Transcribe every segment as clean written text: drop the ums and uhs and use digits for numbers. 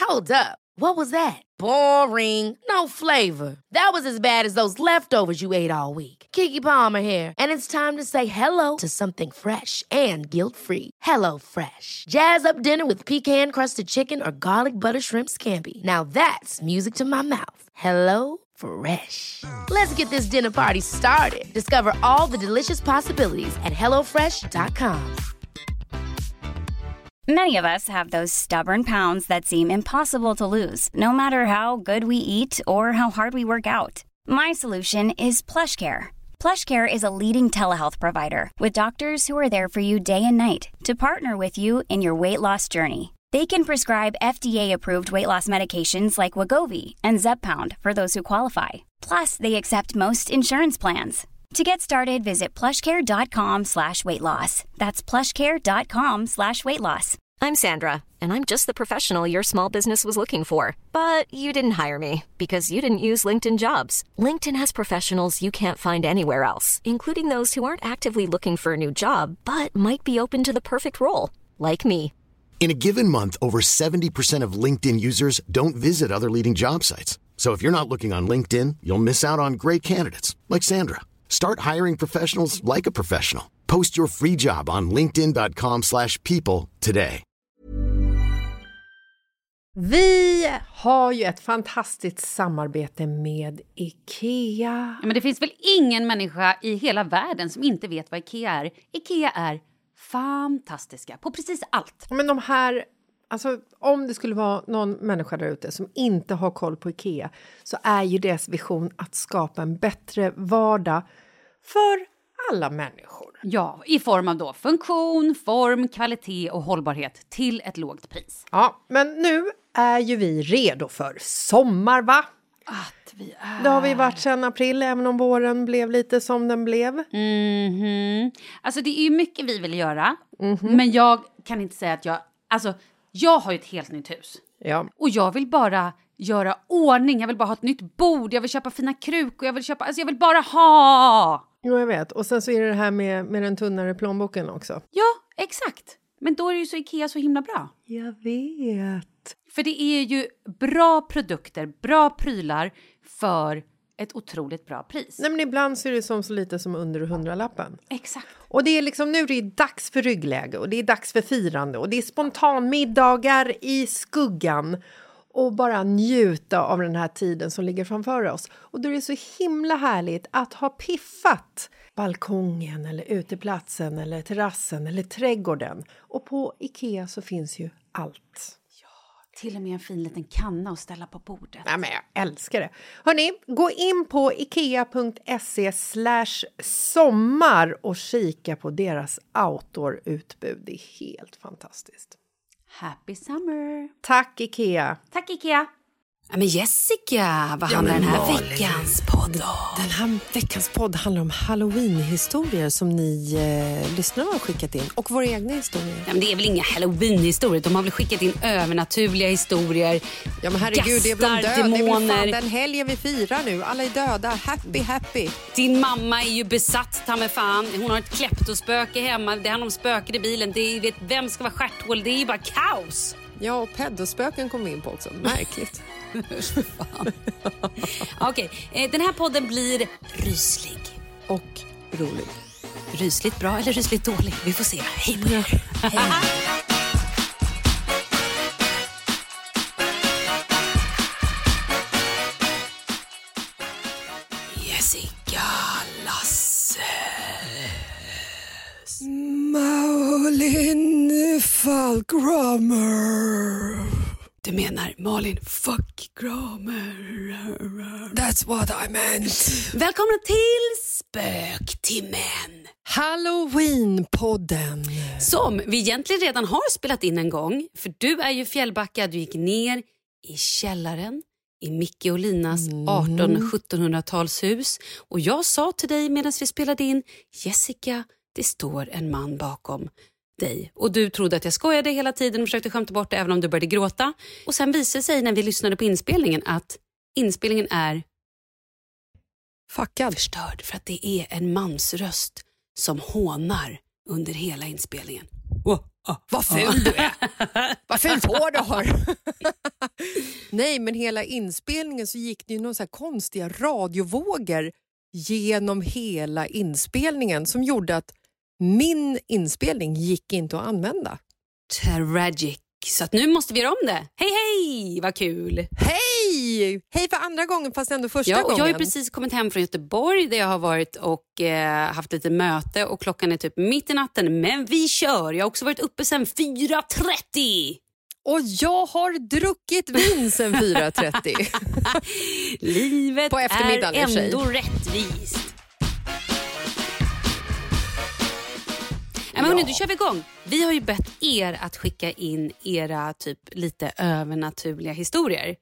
Hold up. What was that? Boring. No flavor. That was as bad as those leftovers you ate all week. Keke Palmer here, and it's time to say hello to something fresh and guilt-free. Hello Fresh. Jazz up dinner with pecan-crusted chicken or garlic butter shrimp scampi. Now that's music to my mouth. Hello Fresh. Let's get this dinner party started. Discover all the delicious possibilities at hellofresh.com. Many of us have those stubborn pounds that seem impossible to lose, no matter how good we eat or how hard we work out. My solution is PlushCare. PlushCare is a leading telehealth provider with doctors who are there for you day and night to partner with you in your weight loss journey. They can prescribe FDA-approved weight loss medications like Wegovy and Zepbound for those who qualify. Plus, they accept most insurance plans. To get started, visit plushcare.com/weightloss. That's plushcare.com/weightloss. I'm Sandra, and I'm just the professional your small business was looking for. But you didn't hire me because you didn't use LinkedIn Jobs. LinkedIn has professionals you can't find anywhere else, including those who aren't actively looking for a new job, but might be open to the perfect role, like me. In a given month, over 70% of LinkedIn users don't visit other leading job sites. So if you're not looking on LinkedIn, you'll miss out on great candidates, like Sandra. Start hiring professionals like a professional. Post your free job on linkedin.com/people today. Vi har ju ett fantastiskt samarbete med IKEA. Ja, men det finns väl ingen människa i hela världen som inte vet vad IKEA är. IKEA är fantastiska på precis allt. Men de här, alltså om det skulle vara någon människa där ute som inte har koll på IKEA, så är ju deras vision att skapa en bättre vardag för alla människor. Ja, i form av då funktion, form, kvalitet och hållbarhet till ett lågt pris. Ja, men nu är ju vi redo för sommar, va? Att vi är... Det har vi varit sedan april, även om våren blev lite som den blev. Alltså det är ju mycket vi vill göra. Men jag kan inte säga att jag har ju ett helt nytt hus. Ja. Och jag vill bara göra ordning. Jag vill bara ha ett nytt bord. Jag vill köpa fina krukor. Jag vill bara ha... Jo, jag vet. Och sen så är det här med den tunnare plånboken också. Ja, exakt. Men då är ju så IKEA så himla bra. Jag vet. För det är ju bra produkter, bra prylar för ett otroligt bra pris. Nej, men ibland så är det som så lite som under 100-lappen. Exakt. Och det är liksom, nu är det dags för ryggläge och det är dags för firande och det är spontanmiddagar i skuggan. Och bara njuta av den här tiden som ligger framför oss. Och då är det så himla härligt att ha piffat balkongen eller uteplatsen eller terrassen eller trädgården. Och på IKEA så finns ju allt. Till och med en fin liten kanna att ställa på bordet. Ja, men jag älskar det. Hörrni, gå in på ikea.se/sommar och kika på deras outdoor-utbud. Det är helt fantastiskt. Happy summer! Tack IKEA! Tack IKEA! Ja, men Jessica, vad handlar den här veckans podd om? Den här veckans podd handlar om Halloween-historier som ni lyssnare har skickat in. Och våra egna historier. Ja, men det är väl inga Halloween-historier. De har väl skickat in övernaturliga historier. Ja, men herregud, det är väl död. Demoner. Det är väl fan den helgen vi firar nu. Alla är döda. Happy. Din mamma är ju besatt, ta med fan. Hon har ett kleptospöke hemma. Det handlar om spöken i bilen. Vem ska vara stjärthål? Det är ju bara kaos. Ja, och pedospöken kom in på också. Märkligt. Okej, den här podden blir ryslig. Och rolig. Rysligt bra eller rysligt dålig? Vi får se. Hej på er. Hej. Jessica Lasses. Malin Falkgramer. Du menar Malin Falkgramer. That's what I meant. Välkomna till Spöktimmen. Halloween-podden. Som vi egentligen redan har spelat in en gång. För du är ju Fjällbacka. Du gick ner i källaren i Micke och Linas 1800-1700-talshus. Och jag sa till dig medan vi spelade in: Jessica, det står en man bakom dig. Och du trodde att jag skojade hela tiden och försökte skämta bort det även om du började gråta. Och sen visade sig när vi lyssnade på inspelningen att inspelningen är fuckad. Förstörd för att det är en mansröst som hånar under hela inspelningen. Vad ful du är. Vad ful hår du har. Nej, men hela inspelningen så gick det ju några så här konstiga radiovågor genom hela inspelningen som gjorde att min inspelning gick inte att använda. Tragic. Så att nu måste vi göra om det. Hej, vad kul. Hej! Hej för andra gången fast ändå första gången. Jag har precis kommit hem från Göteborg där jag har varit och haft lite möte och klockan är typ mitt i natten. Men vi kör. Jag har också varit uppe sedan 4:30. Och jag har druckit vin sedan 4:30. Livet på eftermiddagen, är ändå rättvist. Men hörni, du kör vi igång. Vi har ju bett er att skicka in era typ lite övernaturliga historier.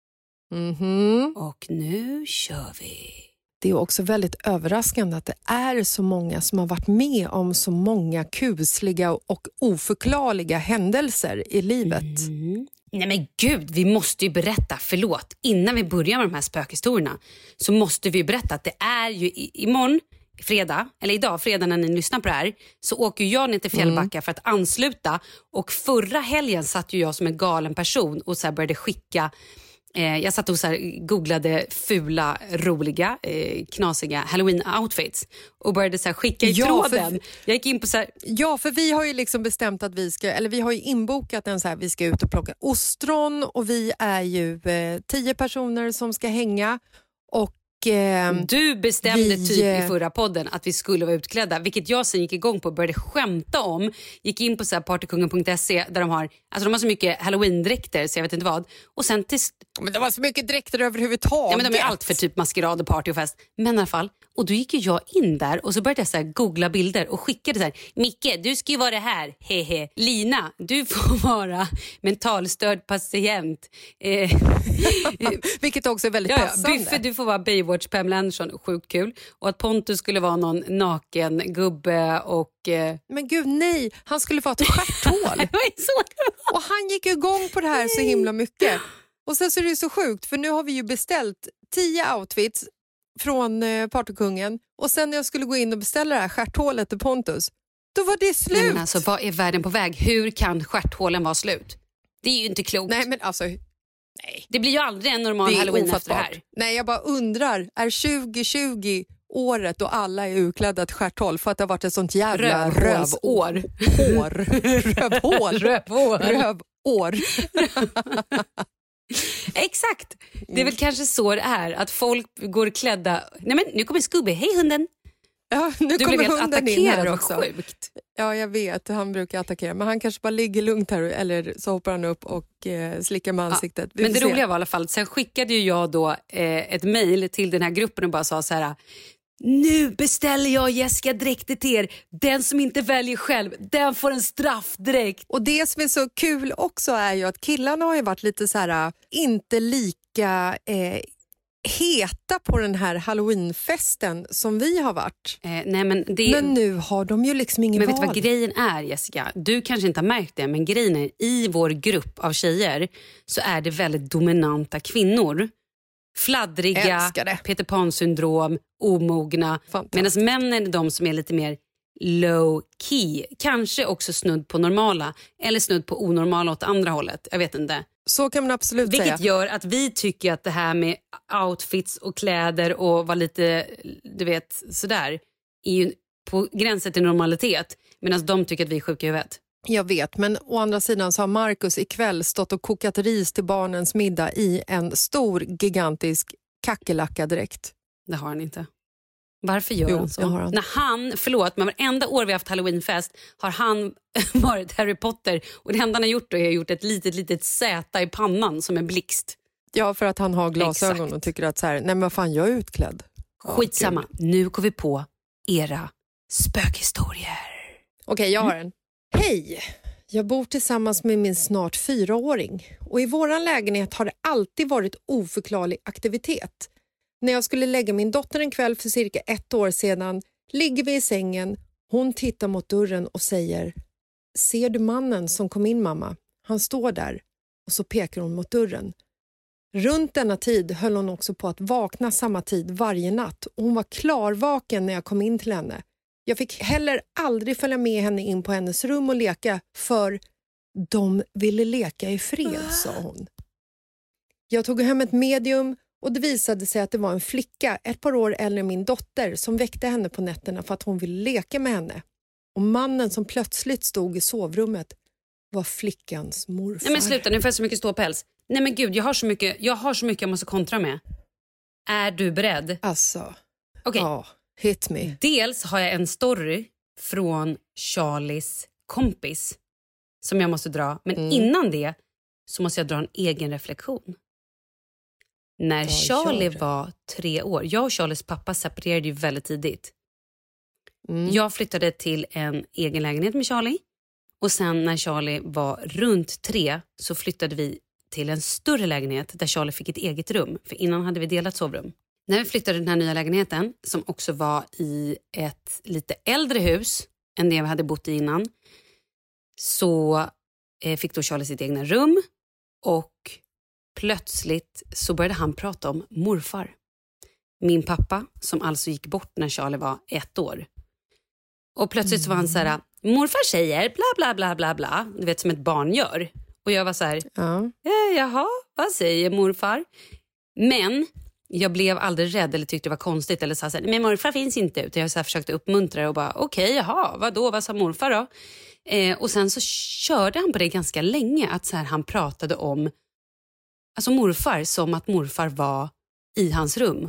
Och nu kör vi. Det är också väldigt överraskande att det är så många som har varit med om så många kusliga och oförklarliga händelser i livet. Nej men gud, vi måste ju berätta, förlåt. Innan vi börjar med de här spökhistorierna så måste vi berätta att det är ju imorgon fredag, eller idag, fredag när ni lyssnar på det här, så åker jag ner till Fjällbacka för att ansluta. Och förra helgen satt ju jag som en galen person och så här började skicka, jag satt och så här googlade fula, roliga, knasiga Halloween-outfits och började så här skicka i tråden. Jag gick in på så här... Ja, för vi har ju liksom bestämt att vi ska, eller vi har ju inbokat en så här, vi ska ut och plocka ostron och vi är ju 10 personer som ska hänga och du bestämde typ i förra podden att vi skulle vara utklädda, vilket jag sen gick igång på och började skämta om. Gick in på så här partykungen.se där de har så mycket Halloween-dräkter så jag vet inte vad. Och sen men det var så mycket dräkter överhuvudtaget. Ja, men de är allt för typ maskerad och party och fest. Men i alla fall, och då gick ju jag in där och så började jag så här googla bilder och skickade så här: Micke, du ska ju vara här, hehe. Lina, du får vara mentalstörd patient. Vilket också är väldigt passande. Byffe, du får vara Baywatch Pamela Anderson, sjukt kul. Och att Pontus skulle vara någon naken gubbe och... Men gud, nej, han skulle få ett stjärthål. Och han gick igång på det här så himla mycket. Och sen så är det så sjukt, för nu har vi ju beställt 10 outfits från partykungen. Och sen när jag skulle gå in och beställa det här stjärthålet till Pontus, då var det slut. Nej, men alltså, vad är världen på väg? Hur kan stjärthålen vara slut? Det är ju inte klokt. Nej, men alltså... Nej. Det blir ju aldrig en normal Halloween efter det här. Nej, jag bara undrar, är 2020 året då alla är utklädda ett stjärthål för att det har varit ett sånt jävla rövår? Rövår. Exakt. Det är väl kanske så det är, att folk går klädda... Nej men nu kommer Scooby, hej hunden. Ja, nu du kommer hunden in här också. Sjukt. Ja, jag vet. Han brukar attackera. Men han kanske bara ligger lugnt här. Eller så hoppar han upp och slickar med ansiktet. Ja, men det roliga var i alla fall. Sen skickade ju jag då ett mejl till den här gruppen och bara sa så här: nu beställer jag Jessica dräkter till er. Den som inte väljer själv, den får en straffdräkt. Och det som är så kul också är ju att killarna har ju varit lite så här, inte lika... heta på den här Halloweenfesten som vi har varit. Nej, men nu har de ju liksom ingen val. Men vet du vad grejen är, Jessica? Du kanske inte har märkt det, men grejen är, i vår grupp av tjejer så är det väldigt dominanta kvinnor. Fladdriga, Peter Pan-syndrom, omogna. Medan männen är de som är lite mer low key. Kanske också snudd på normala eller snudd på onormala åt andra hållet. Jag vet inte. Så kan man absolut säga. Vilket gör att vi tycker att det här med outfits och kläder och vara lite, du vet, sådär, är ju på gränsen till normalitet. Medan de tycker att vi är sjuka i huvudet. Jag vet, men å andra sidan så har Marcus ikväll stått och kokat ris till barnens middag i en stor, gigantisk kackerlackadräkt. Det har han inte. Varför gör han så? Han. När han, förlåt, men varenda år vi har haft Halloweenfest har han varit Harry Potter. Och det enda han har gjort då är att gjort ett litet Z i pannan som en blixt. Ja, för att han har glasögon. Exakt. Och tycker att så här, nej men vad fan, jag är utklädd. Skitsamma, nu går vi på era spökhistorier. Okej, jag har en. Hej! Jag bor tillsammans med min snart 4-åring. Och i våran lägenhet har det alltid varit oförklarlig aktivitet. När jag skulle lägga min dotter en kväll för cirka 1 år sedan ligger vi i sängen. Hon tittar mot dörren och säger: ser du mannen som kom in, mamma? Han står där. Och så pekar hon mot dörren. Runt denna tid höll hon också på att vakna samma tid varje natt. Och hon var klarvaken när jag kom in till henne. Jag fick heller aldrig följa med henne in på hennes rum och leka, för de ville leka i fred, sa hon. Jag tog hem ett medium och det visade sig att det var en flicka, ett par år äldre än min dotter, som väckte henne på nätterna för att hon ville leka med henne. Och mannen som plötsligt stod i sovrummet var flickans morfar. Nej men sluta, nu får jag så mycket ståpäls. Nej men gud, jag har så mycket jag måste kontra med. Är du beredd? Alltså, Okej. ja, hit me. Dels har jag en story från Charlies kompis som jag måste dra. Men innan det så måste jag dra en egen reflektion. När Charlie var 3 år, jag och Charlies pappa separerade ju väldigt tidigt. Jag flyttade till en egen lägenhet med Charlie. Och sen när Charlie var runt 3 så flyttade vi till en större lägenhet där Charlie fick ett eget rum. För innan hade vi delat sovrum. När vi flyttade den här nya lägenheten, som också var i ett lite äldre hus än det vi hade bott i innan, så fick då Charlie sitt egna rum. Och plötsligt så började han prata om morfar. Min pappa, som alltså gick bort när Charlie var 1 år. Och plötsligt så var han så här: morfar säger bla bla bla bla bla. Du vet, som ett barn gör. Och jag var så här, jaha, vad säger morfar? Men jag blev aldrig rädd eller tyckte det var konstigt. Eller så här, men morfar finns inte. Utan jag så här försökte uppmuntra och bara, okej, jaha, vad sa morfar då? Och sen så körde han på det ganska länge. Att så här, han pratade om alltså morfar som att morfar var i hans rum.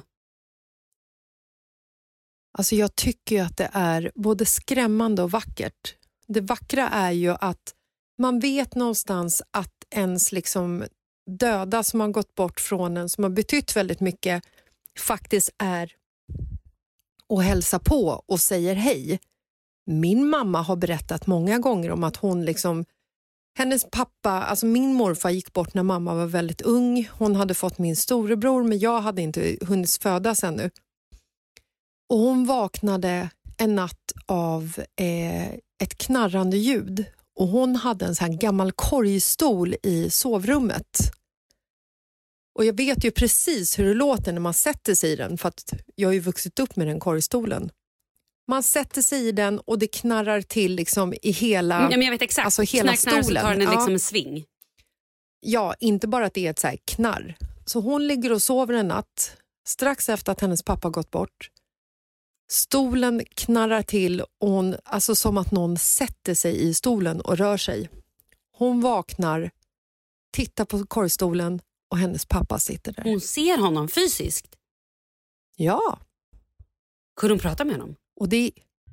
Alltså jag tycker ju att det är både skrämmande och vackert. Det vackra är ju att man vet någonstans att ens liksom döda som har gått bort från en, som har betytt väldigt mycket, faktiskt är och hälsa på och säger hej. Min mamma har berättat många gånger om att hon liksom, hennes pappa, alltså min morfar gick bort när mamma var väldigt ung. Hon hade fått min storebror, men jag hade inte hunnit födas ännu. Och hon vaknade en natt av ett knarrande ljud. Och hon hade en sån här gammal korgstol i sovrummet. Och jag vet ju precis hur det låter när man sätter sig i den. För att jag har ju vuxit upp med den korgstolen. Man sätter sig i den och det knarrar till liksom i hela, ja, men jag vet exakt. Alltså hela stolen. Så tar den liksom en sving. Ja, inte bara att det är ett så här knarr. Så hon ligger och sover en natt. Strax efter att hennes pappa gått bort. Stolen knarrar till och hon, alltså som att någon sätter sig i stolen och rör sig. Hon vaknar, tittar på korgstolen och hennes pappa sitter där. Hon ser honom fysiskt? Ja. Kunde hon prata med honom? Och det...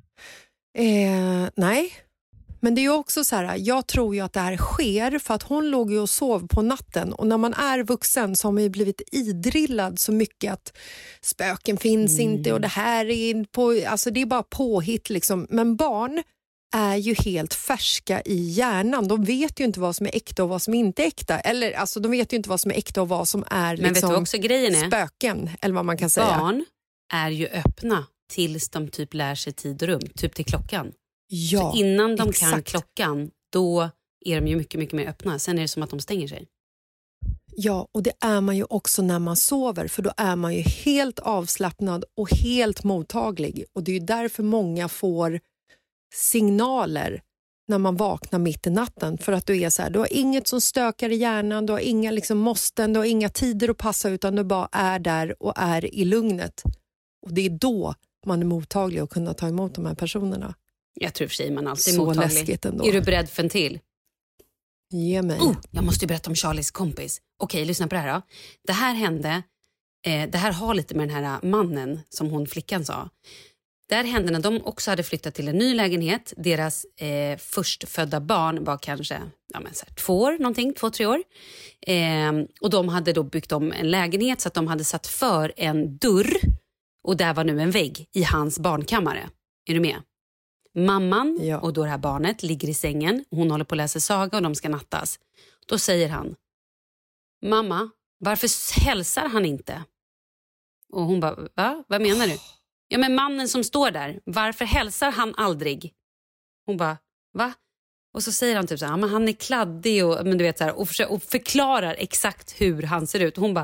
nej. Men det är ju också så här, jag tror ju att det här sker för att hon låg ju och sov på natten. Och när man är vuxen så har man ju blivit idrillad så mycket att spöken finns inte och det här är på, alltså det är bara påhitt liksom. Men barn är ju helt färska i hjärnan. De vet ju inte vad som är äkta och vad som inte är äkta. Eller alltså de vet ju inte vad som är äkta och vad som är liksom, men vet du också grejen är? Spöken, eller vad man kan säga. Barn är ju öppna tills de typ lär sig tid och rum, typ till klockan. Ja, så innan de exakt. kan klockan, då är de ju mycket, mycket mer öppna. Sen är det som att de stänger sig. Ja, och det är man ju också när man sover. För då är man ju helt avslappnad och helt mottaglig. Och det är ju därför många får signaler när man vaknar mitt i natten. För att du är så här, du har inget som stökar i hjärnan, du har inga liksom måsten, du har inga tider att passa, utan du bara är där och är i lugnet. Och det är då man är mottaglig och kunna ta emot de här personerna. Jag tror för sig man alltid är så mottaglig. Läskigt ändå. Är du beredd för en till? Ge mig. Jag måste ju berätta om Charlies kompis. Okej, lyssna på det här då. Det här hände, det här har lite med den här mannen som hon flickan sa. Det här hände när de också hade flyttat till en ny lägenhet. Deras förstfödda barn var kanske 2 år, någonting, 2-3 år. Och de hade då byggt om en lägenhet så att de hade satt för en dörr. Och där var nu en vägg i hans barnkammare. Är du med? Mamman och då det här barnet ligger i sängen. Hon håller på att läsa saga och de ska nattas. Då säger han: mamma, varför hälsar han inte? Och hon bara, va? Vad menar du? Ja, men mannen som står där, varför hälsar han aldrig? Hon bara, va? Och så säger han typ så här, men han är kladdig och, men du vet, så här, och förklarar exakt hur han ser ut. Och hon bara,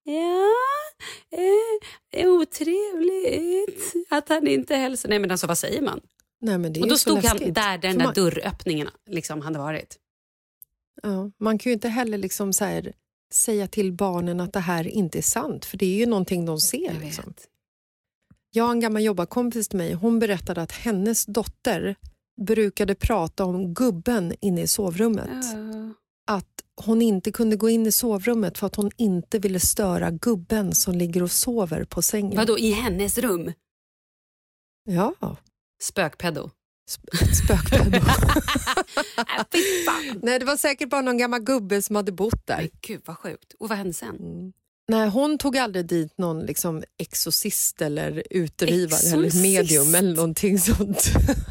otrevligt att han inte hälsar. Nej, men alltså vad säger man? Nej, men det är och då ju så stod läskigt. han där den där dörröppningen liksom hade varit. Ja, man kan ju inte heller liksom så här säga till barnen att det här inte är sant. För det är ju någonting de ser. Liksom. Jag har en gammal jobbarkompis till mig. Hon berättade att hennes dotter brukade prata om gubben inne i sovrummet. Att hon inte kunde gå in i sovrummet för att hon inte ville störa gubben som ligger och sover på sängen. Vadå, i hennes rum? Ja. Spökpedo. Spökpedo. Nej, det var säkert bara någon gammal gubbe som hade bott där. Men gud, vad sjukt. Och vad hände sen? Nej, hon tog aldrig dit någon liksom exorcist eller utdrivare eller medium eller någonting sånt.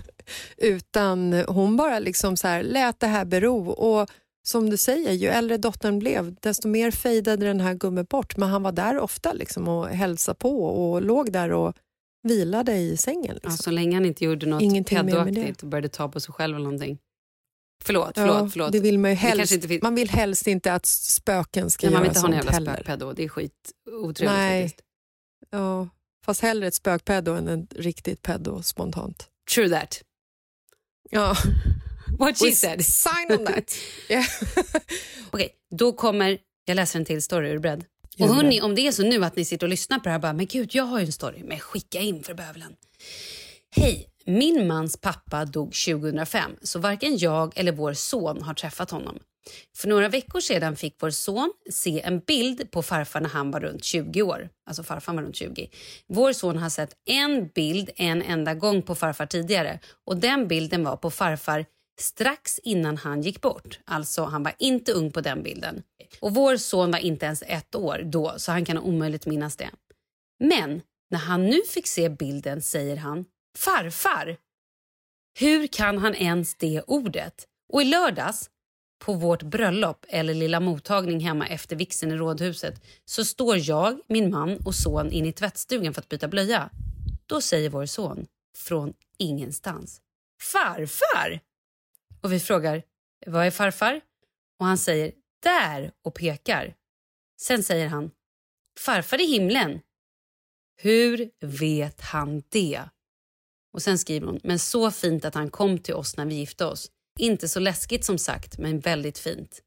Utan hon bara liksom så här lät det här bero. Och som du säger, ju äldre dottern blev, desto mer fejdade den här gubben bort. Men han var där ofta liksom och hälsade på och låg där och vilade i sängen. Liksom. Ja, så länge han inte gjorde något pedoaktigt och började ta på sig själv eller någonting. Förlåt. Det vill man ju helst. Man vill helst inte att spöken ska göra sånt. Man vill inte ha en jävla spökpedo. Det är skit otrevligt faktiskt. Ja, fast hellre ett spökpedo än en riktigt pedo spontant. True that. Ja. What she said. Sign on that. Yeah. Okej, då kommer... Jag läser en till story, är du beredd? Och hörni, om det är så nu att ni sitter och lyssnar på det här bara, men gud, jag har ju en story, men skicka in för bövelen. Hej, min mans pappa dog 2005, så varken jag eller vår son har träffat honom. För några veckor sedan fick vår son se en bild på farfar när han var runt 20 år. Alltså farfar var runt 20. Vår son har sett en bild en enda gång på farfar tidigare. Och den bilden var på farfar strax innan han gick bort. Alltså han var inte ung på den bilden. Och vår son var inte ens 1 år då, så han kan omöjligt minnas det. Men när han nu fick se bilden säger han farfar. Hur kan han ens det ordet? Och i lördags på vårt bröllop eller lilla mottagning hemma efter vigseln i rådhuset så står jag, min man och son in i tvättstugan för att byta blöja. Då säger vår son från ingenstans: farfar! Och vi frågar, vad är farfar? Och han säger, där, och pekar. Sen säger han, farfar i himlen. Hur vet han det? Och sen skriver hon, men så fint att han kom till oss när vi gifte oss. Inte så läskigt som sagt, men väldigt fint.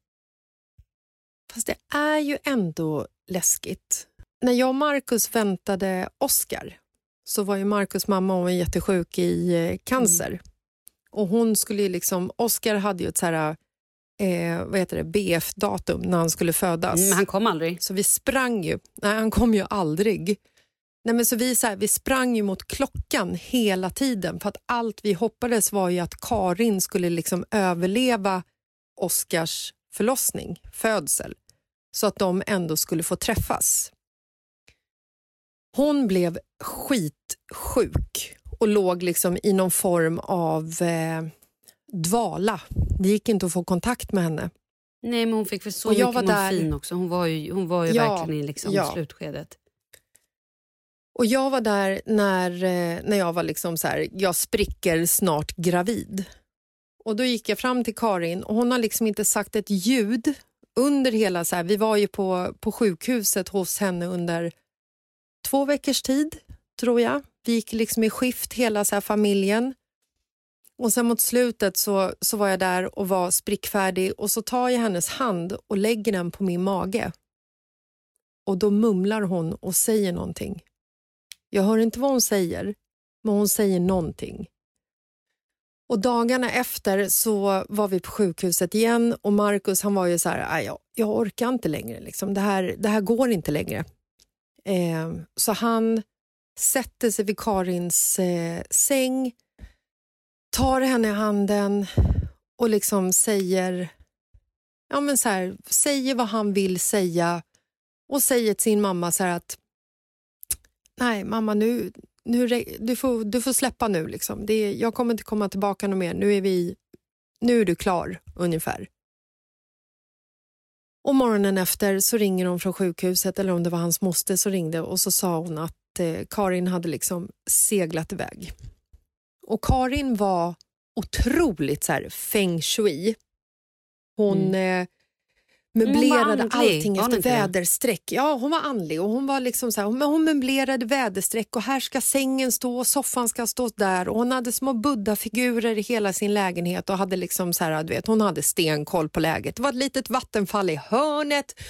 Fast det är ju ändå läskigt. När jag och Marcus väntade Oscar så var ju Marcus mamma, och var jättesjuk i cancer. Och hon skulle ju liksom, Oscar hade ju ett så här, BF-datum när han skulle födas. Men han kom aldrig. Så vi sprang ju, nej han kom ju aldrig. Nej, men så vi sprang ju mot klockan hela tiden för att allt vi hoppades var ju att Karin skulle liksom överleva Oscars födsel. Så att de ändå skulle få träffas. Hon blev skitsjuk och låg liksom i någon form av dvala. Det gick inte att få kontakt med henne. Nej, men hon fick väl så mycket morfin också. Hon var ju verkligen i liksom slutskedet. Och jag var där när jag var liksom så här, jag spricker snart gravid. Och då gick jag fram till Karin och hon har liksom inte sagt ett ljud under hela så här, vi var ju på sjukhuset hos henne under 2 veckors tid, tror jag. Vi gick liksom i skift hela så här familjen. Och sen mot slutet så var jag där och var sprickfärdig och så tar jag hennes hand och lägger den på min mage. Och då mumlar hon och säger någonting. Jag hör inte vad hon säger, men hon säger någonting. Och dagarna efter så var vi på sjukhuset igen och Marcus, han var ju så här, jag orkar inte längre liksom. Det här går inte längre. Så han sätter sig vid Karins säng, tar henne i handen och liksom säger säger vad han vill säga och säger till sin mamma så här att nej mamma, nu du får släppa nu liksom. Jag kommer inte komma tillbaka något mer. Nu är du klar ungefär. Och morgonen efter så ringer hon från sjukhuset, eller om det var hans moster som ringde, och så sa hon att Karin hade liksom seglat iväg. Och Karin var otroligt så här feng shui. Hon möblerade allting efter väderstreck. Ja, hon var andlig och hon var liksom så här, men hon möblerade väderstreck och här ska sängen stå och soffan ska stå där, och hon hade små buddha-figurer i hela sin lägenhet och hade liksom så här, du vet, hon hade stenkoll på läget. Det var ett litet vattenfall i hörnet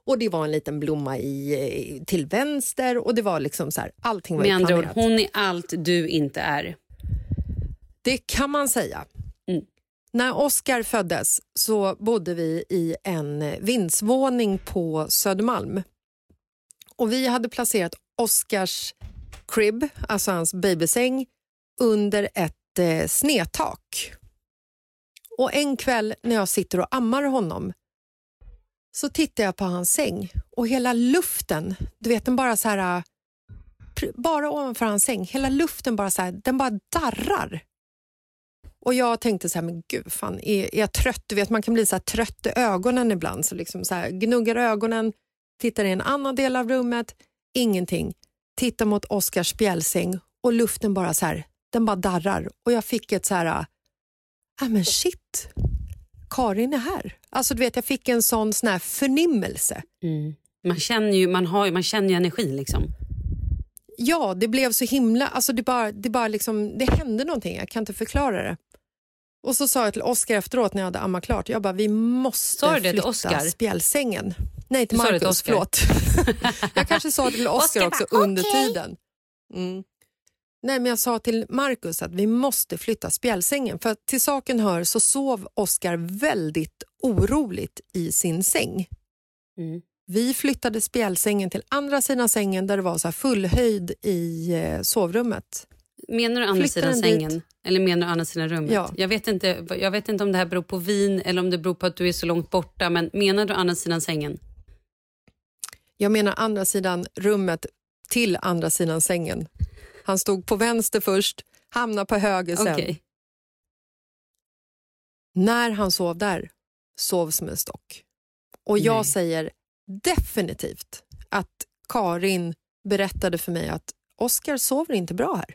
Och det var en liten blomma till vänster och det var liksom så här, allting var med andra ord, planerat. hon är allt du inte är. Det kan man säga. När Oscar föddes så bodde vi i en vindsvåning på Södermalm. Och vi hade placerat Oscars crib, alltså hans babysäng, under ett snedtak. Och en kväll när jag sitter och ammar honom så tittar jag på hans säng och hela luften, du vet den bara så här, bara ovanför hans säng, hela luften bara så här, den bara darrar. Och jag tänkte så här, men gud fan, är jag trött? Du vet man kan bli så här trött i ögonen ibland, så liksom så här gnuggar ögonen, tittar i en annan del av rummet, ingenting. Tittar mot Oscars spjälsäng och luften bara så här, den bara darrar. Och jag fick ett så här, men shit, Karin är här. Alltså du vet, jag fick en sån här förnimmelse. Man känner ju energi liksom. Ja, det blev så himla, alltså det bara liksom, det hände någonting, jag kan inte förklara det. Och så sa jag till Oscar efteråt när jag hade ammat klart, jag bara, vi måste flytta spjälsängen. Nej, till Marcus, förlåt. Jag kanske sa till Oscar också under tiden. Nej, men jag sa till Marcus att vi måste flytta spjälsängen. För att till saken hör så sov Oscar väldigt oroligt i sin säng. Vi flyttade spjälsängen till andra sidan sängen där det var så här full höjd i sovrummet. Menar du andra sidan sängen? Eller menar du andra sidan rummet? Ja. Jag vet inte om det här beror på vin eller om det beror på att du är så långt borta. Men menar du andra sidan sängen? Jag menar andra sidan rummet till andra sidan sängen. Han stod på vänster först, hamnade på höger sen. Okay. När han sov där, sov som en stock. Och jag säger definitivt att Karin berättade för mig att Oscar sover inte bra här.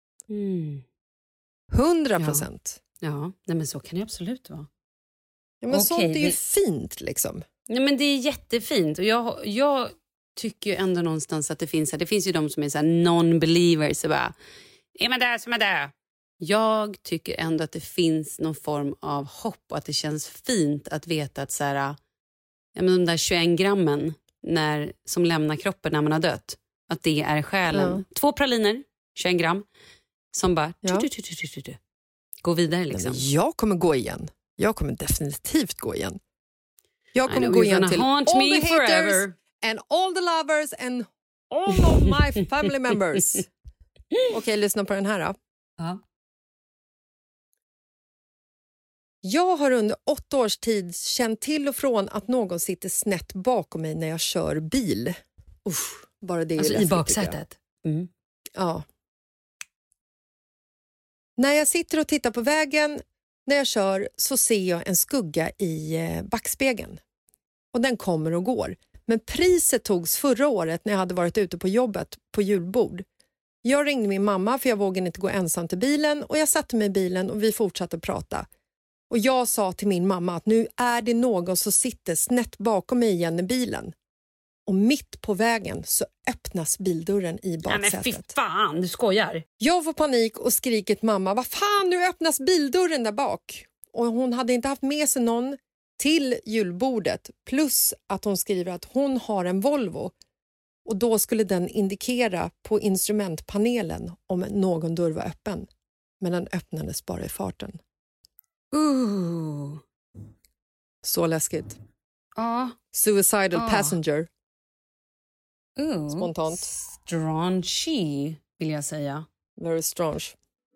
100%. Ja, nej, men så kan det absolut vara. Ja, men sånt är ju fint liksom. Nej, men det är jättefint. Och jag tycker ju ändå någonstans att det finns ju de som är så här non-believers. Så bara, är man där som är där? Jag tycker ändå att det finns någon form av hopp och att det känns fint att veta att så här, ja, men de där 21 grammen som lämnar kroppen när man har dött, att det är själen. 2 praliner, 21 gram, som bara gå vidare liksom. Nej, jag kommer gå igen. Jag kommer definitivt gå igen. Jag kommer gå igen till all the haters and all the lovers and all of my family members. Okej, lyssna på den här då. Ja. Jag har under 8 års tid känt till och från att någon sitter snett bakom mig när jag kör bil. Bara det är alltså i baksätet? Ja. När jag sitter och tittar på vägen när jag kör så ser jag en skugga i backspegeln. Och den kommer och går. Men priset togs förra året när jag hade varit ute på jobbet på julbord. Jag ringde min mamma för jag vågade inte gå ensam till bilen och jag satte mig i bilen och vi fortsatte prata. Och jag sa till min mamma att nu är det någon som sitter snett bakom mig igen i bilen. Och mitt på vägen så öppnas bildörren i baksätet. Nej, men fy fan, du skojar. Jag får panik och skriker till mamma, vad fan, nu öppnas bildörren där bak. Och hon hade inte haft med sig någon till julbordet. Plus att hon skriver att hon har en Volvo. Och då skulle den indikera på instrumentpanelen om någon dörr var öppen. Men den öppnades bara i farten. Så läskigt. Suicidal passenger. Spontant. Strange vill jag säga. Very strange.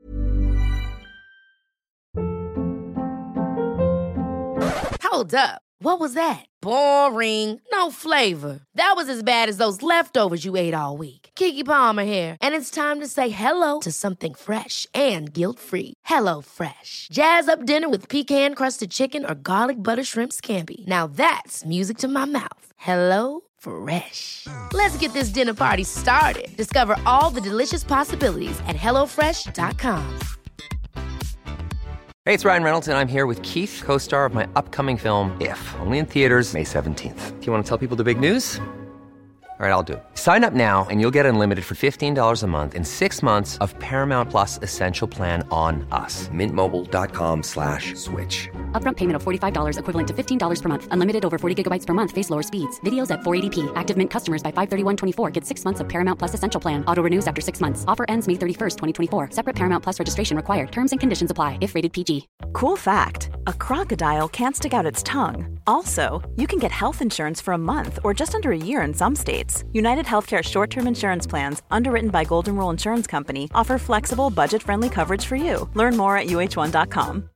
Hold up. What was that? Boring. No flavor. That was as bad as those leftovers you ate all week. Keke Palmer here, and it's time to say hello to something fresh and guilt-free. Hello Fresh. Jazz up dinner with pecan-crusted chicken or garlic butter shrimp scampi. Now that's music to my mouth. Hello Fresh. Let's get this dinner party started. Discover all the delicious possibilities at hellofresh.com. Hey, it's Ryan Reynolds, and I'm here with Keith, co-star of my upcoming film, If, only in theaters May 17th. Do you want to tell people the big news? All right, I'll do it. Sign up now and you'll get unlimited for $15 a month and 6 months of Paramount Plus Essential Plan on us. Mintmobile.com/switch. Upfront payment of $45 equivalent to $15 per month. Unlimited over 40 gigabytes per month. Face lower speeds. Videos at 480p. Active Mint customers by 531.24 get 6 months of Paramount Plus Essential Plan. Auto renews after 6 months. Offer ends May 31st, 2024. Separate Paramount Plus registration required. Terms and conditions apply if rated PG. Cool fact, a crocodile can't stick out its tongue. Also, you can get health insurance for a month or just under a year in some states. United Healthcare short-term insurance plans, underwritten by Golden Rule Insurance Company, offer flexible, budget-friendly coverage for you. Learn more at uh1.com.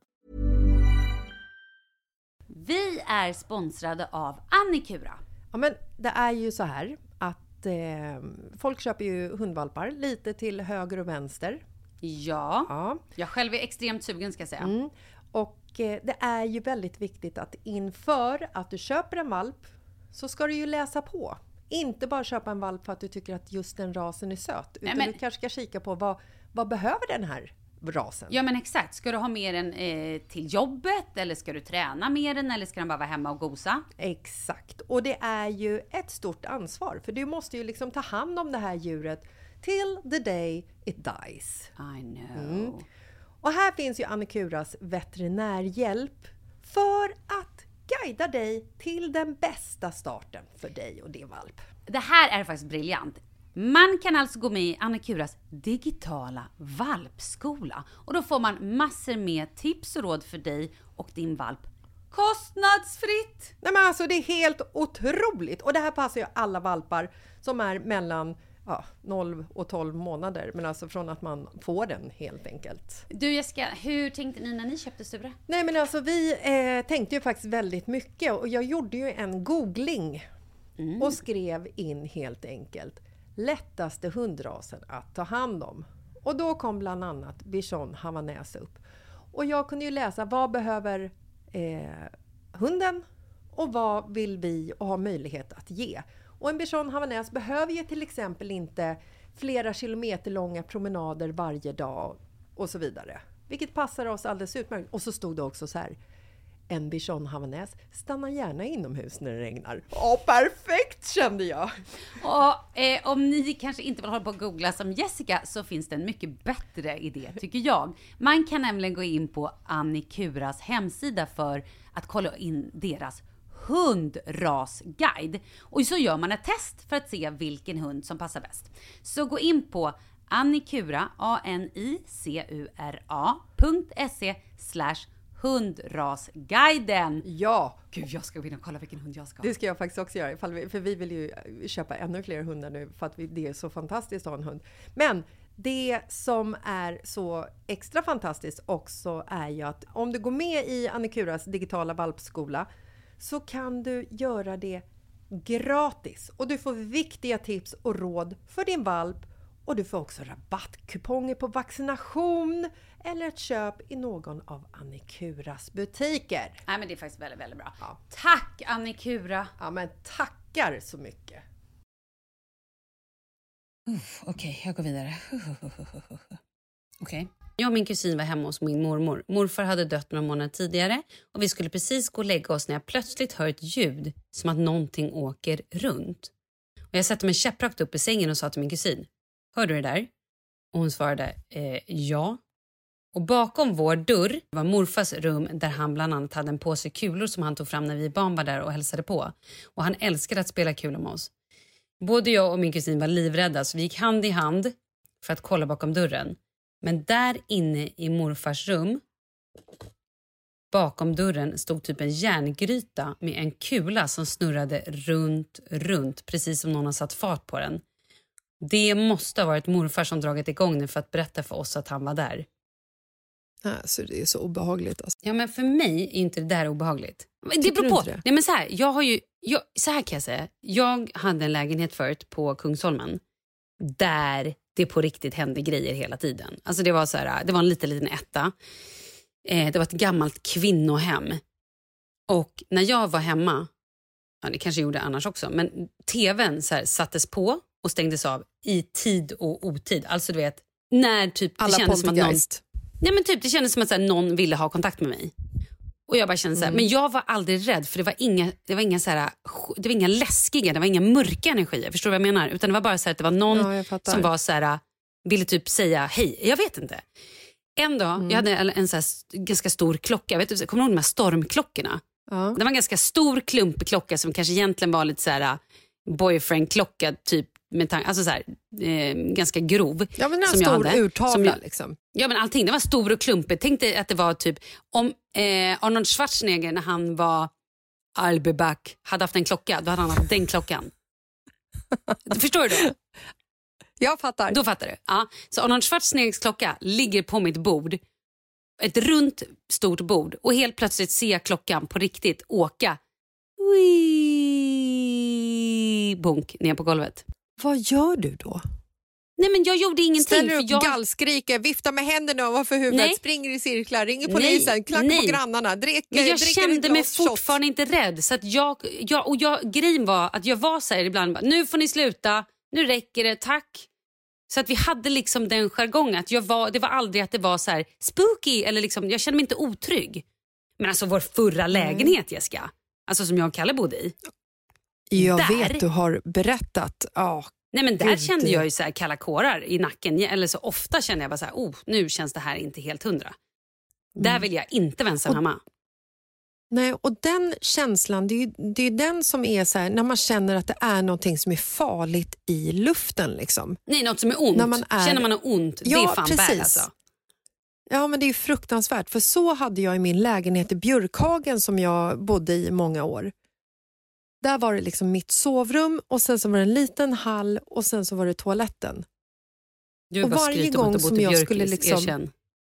Vi är sponsrade av Annikura. Ja, men det är ju så här att folk köper ju hundvalpar lite till höger och vänster. Ja. Jag själv är extremt sugen, ska jag säga. Och det är ju väldigt viktigt att inför att du köper en valp så ska du ju läsa på. Inte bara köpa en valp för att du tycker att just den rasen är söt. Utan du kanske ska kika på vad behöver den här rasen. Ja, men exakt. Ska du ha med den till jobbet? Eller ska du träna med den? Eller ska den bara vara hemma och gosa? Exakt. Och det är ju ett stort ansvar. För du måste ju liksom ta hand om det här djuret till the day it dies. I know. Och här finns ju Annikuras veterinärhjälp för att guida dig till den bästa starten för dig och din valp. Det här är faktiskt briljant. Man kan alltså gå med i Annikuras digitala valpskola. Och då får man massor med tips och råd för dig och din valp. Kostnadsfritt! Nej, men alltså det är helt otroligt. Och det här passar ju alla valpar som är mellan 0 och 12 månader. Men alltså från att man får den helt enkelt. Du Jessica, hur tänkte ni när ni köpte Sura? Nej, men alltså vi tänkte ju faktiskt väldigt mycket. Och jag gjorde ju en googling. Och skrev in helt enkelt lättaste hundrasen att ta hand om. Och då kom bland annat Bichon Havanäs upp. Och jag kunde ju läsa vad behöver hunden och vad vill vi och ha möjlighet att ge. Och en Bichon Havanäs behöver ju till exempel inte flera kilometer långa promenader varje dag och så vidare. Vilket passar oss alldeles utmärkt. Och så stod det också så här: en Bichon Havanäs stannar gärna inomhus när det regnar. Perfekt, kände jag. Och om ni kanske inte vill hålla på att googla som Jessica, så finns det en mycket bättre idé, tycker jag. Man kan nämligen gå in på Annikuras hemsida för att kolla in deras hundrasguide. Och så gör man ett test för att se vilken hund som passar bäst. Så gå in på Annikura, anicura.se/hundrasguiden. Ja. Gud, jag ska gå in och kolla vilken hund jag ska ha. Det ska jag faktiskt också göra. För vi vill ju köpa ännu fler hundar nu. För att det är så fantastiskt att ha en hund. Men det som är så extra fantastiskt också är ju att om du går med i Annikuras digitala valpskola så kan du göra det gratis. Och du får viktiga tips och råd för din valp. Och du får också rabattkuponger på vaccination eller ett köp i någon av Annikuras butiker. Nej, men det är faktiskt väldigt, väldigt bra. Ja. Tack Annikura! Ja, men tackar så mycket. Okej, jag går vidare. Okej. Jag och min kusin var hemma hos min mormor. Morfar hade dött några månader tidigare och vi skulle precis gå och lägga oss när jag plötsligt hör ett ljud som att någonting åker runt. Och jag satte mig käpprakt upp i sängen och sa till min kusin: hör du det där? Och hon svarade, ja. Och bakom vår dörr var morfars rum där han bland annat hade en påse kulor som han tog fram när vi barn var där och hälsade på. Och han älskade att spela kulor med oss. Både jag och min kusin var livrädda så vi gick hand i hand för att kolla bakom dörren. Men där inne i morfars rum, bakom dörren, stod typ en järngryta med en kula som snurrade runt, precis som någon har satt fart på den. Det måste ha varit morfar som dragit igång den för att berätta för oss att han var där. Alltså, det är så obehagligt. Alltså. Ja, men för mig är inte det där obehagligt. Det beror på. Nej, men så här, så här kan jag säga. Jag hade en lägenhet förut på Kungsholmen där det på riktigt hände grejer hela tiden. Alltså det var så här, det var en liten etta. Det var ett gammalt kvinnohem. Och när jag var hemma, ja, det kanske gjorde annars också, men tvn så här sattes på och stängdes av i tid och otid. Alltså du vet, när typ det kändes som att någon... Nej, men typ det kändes som att så här, någon ville ha kontakt med mig. Och jag bara kände så här, men jag var aldrig rädd för det var inga läskiga, det var inga mörka energier, förstår du vad jag menar? Utan det var bara så här att det var någon som var så här, ville typ säga hej, jag vet inte. En dag, jag hade en så här ganska stor klocka, kommer du ihåg de här stormklockorna? Det var en ganska stor klumpig klocka som kanske egentligen var lite så här boyfriend-klocka typ, alltså så här, ganska grov. Ja, men en som stor hade, urtavla liksom. Ja, men allting, det var stor och klumpig. Tänk dig att det var typ om Arnold Schwarzenegger när han var I'll be back hade haft en klocka, då hade han haft den klockan. Förstår du då? Jag fattar. Då fattar du. Ja. Så Arnold Schwarzeneggers klocka ligger på mitt bord. Ett runt stort bord. Och helt plötsligt ser jag klockan på riktigt åka. Bonk ner på golvet. Vad gör du då? Nej, men jag gjorde ingenting. Ställer upp gallskriker, viftar med händerna ovanför huvudet, springer i cirklar, ringer polisen, klackar på grannarna, dricker. Men jag kände mig fortfarande inte rädd. Så att grejen var att jag var så här ibland, nu får ni sluta, nu räcker det, tack. Så att vi hade liksom den jargongen att det var aldrig att det var så här spooky eller liksom, jag kände mig inte otrygg. Men alltså vår förra lägenhet, Jessica, alltså som jag och Kalle bodde i. Jag vet, du har berättat. Nej, men där kände jag ju så här kalla kårar i nacken. Eller så ofta kände jag bara så här, nu känns det här inte helt 100. Där vill jag inte vara ensam hemma. Nej, och den känslan, det är den som är så här, när man känner att det är någonting som är farligt i luften liksom. Nej, något som är ont. Känner man något ont, det är fan bad alltså. Ja, men det är fruktansvärt. För så hade jag i min lägenhet i Björkhagen som jag bodde i många år. Där var det liksom mitt sovrum och sen så var det en liten hall och sen så var det toaletten. Du och varje gång som jag skulle liksom...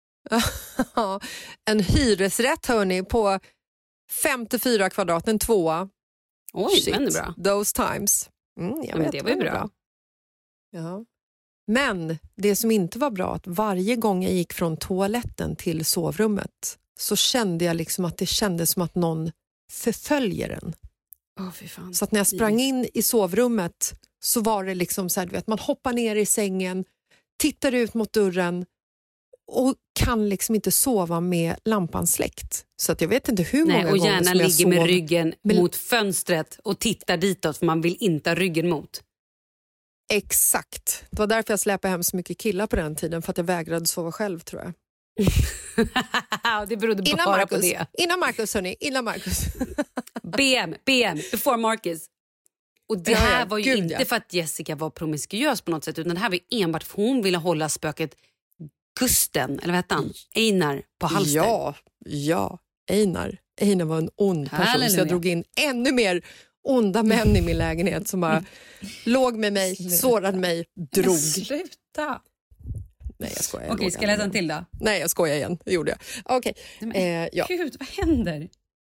en hyresrätt hörni på 54 kvadrat, en tvåa. Oj, det är bra. Those times. Men det var ju bra. Ja. Men det som inte var bra, att varje gång jag gick från toaletten till sovrummet så kände jag liksom att det kändes som att någon förföljer en. Fy fan. Så att när jag sprang in i sovrummet så var det liksom så här, du vet, man hoppar ner i sängen, tittar ut mot dörren och kan liksom inte sova med lampan släckt. Så att jag vet inte hur många gånger som jag sov. Och gärna ligger med ryggen mot fönstret och tittar ditåt för man vill inte ha ryggen mot. Exakt. Det var därför jag släpade hem så mycket killar på den tiden, för att jag vägrade sova själv, tror jag. Det berodde bara på det. Innan Marcus, hörni. Innan Marcus. BM, before Marcus. Och det här var ju inte för att Jessica var promiskuös på något sätt, utan det här var enbart för hon ville hålla spöket Gusten, eller vad hette han? Einar på halster. Ja. Einar var en ond person. Halleluja. Så jag drog in ännu mer onda män i min lägenhet som bara låg med mig, sårade mig, drog. Sluta. Nej, jag skojar. Okej, ska jag läsa en till då? Nej, jag skojar igen. Det gjorde jag. Okej. Gud, vad händer?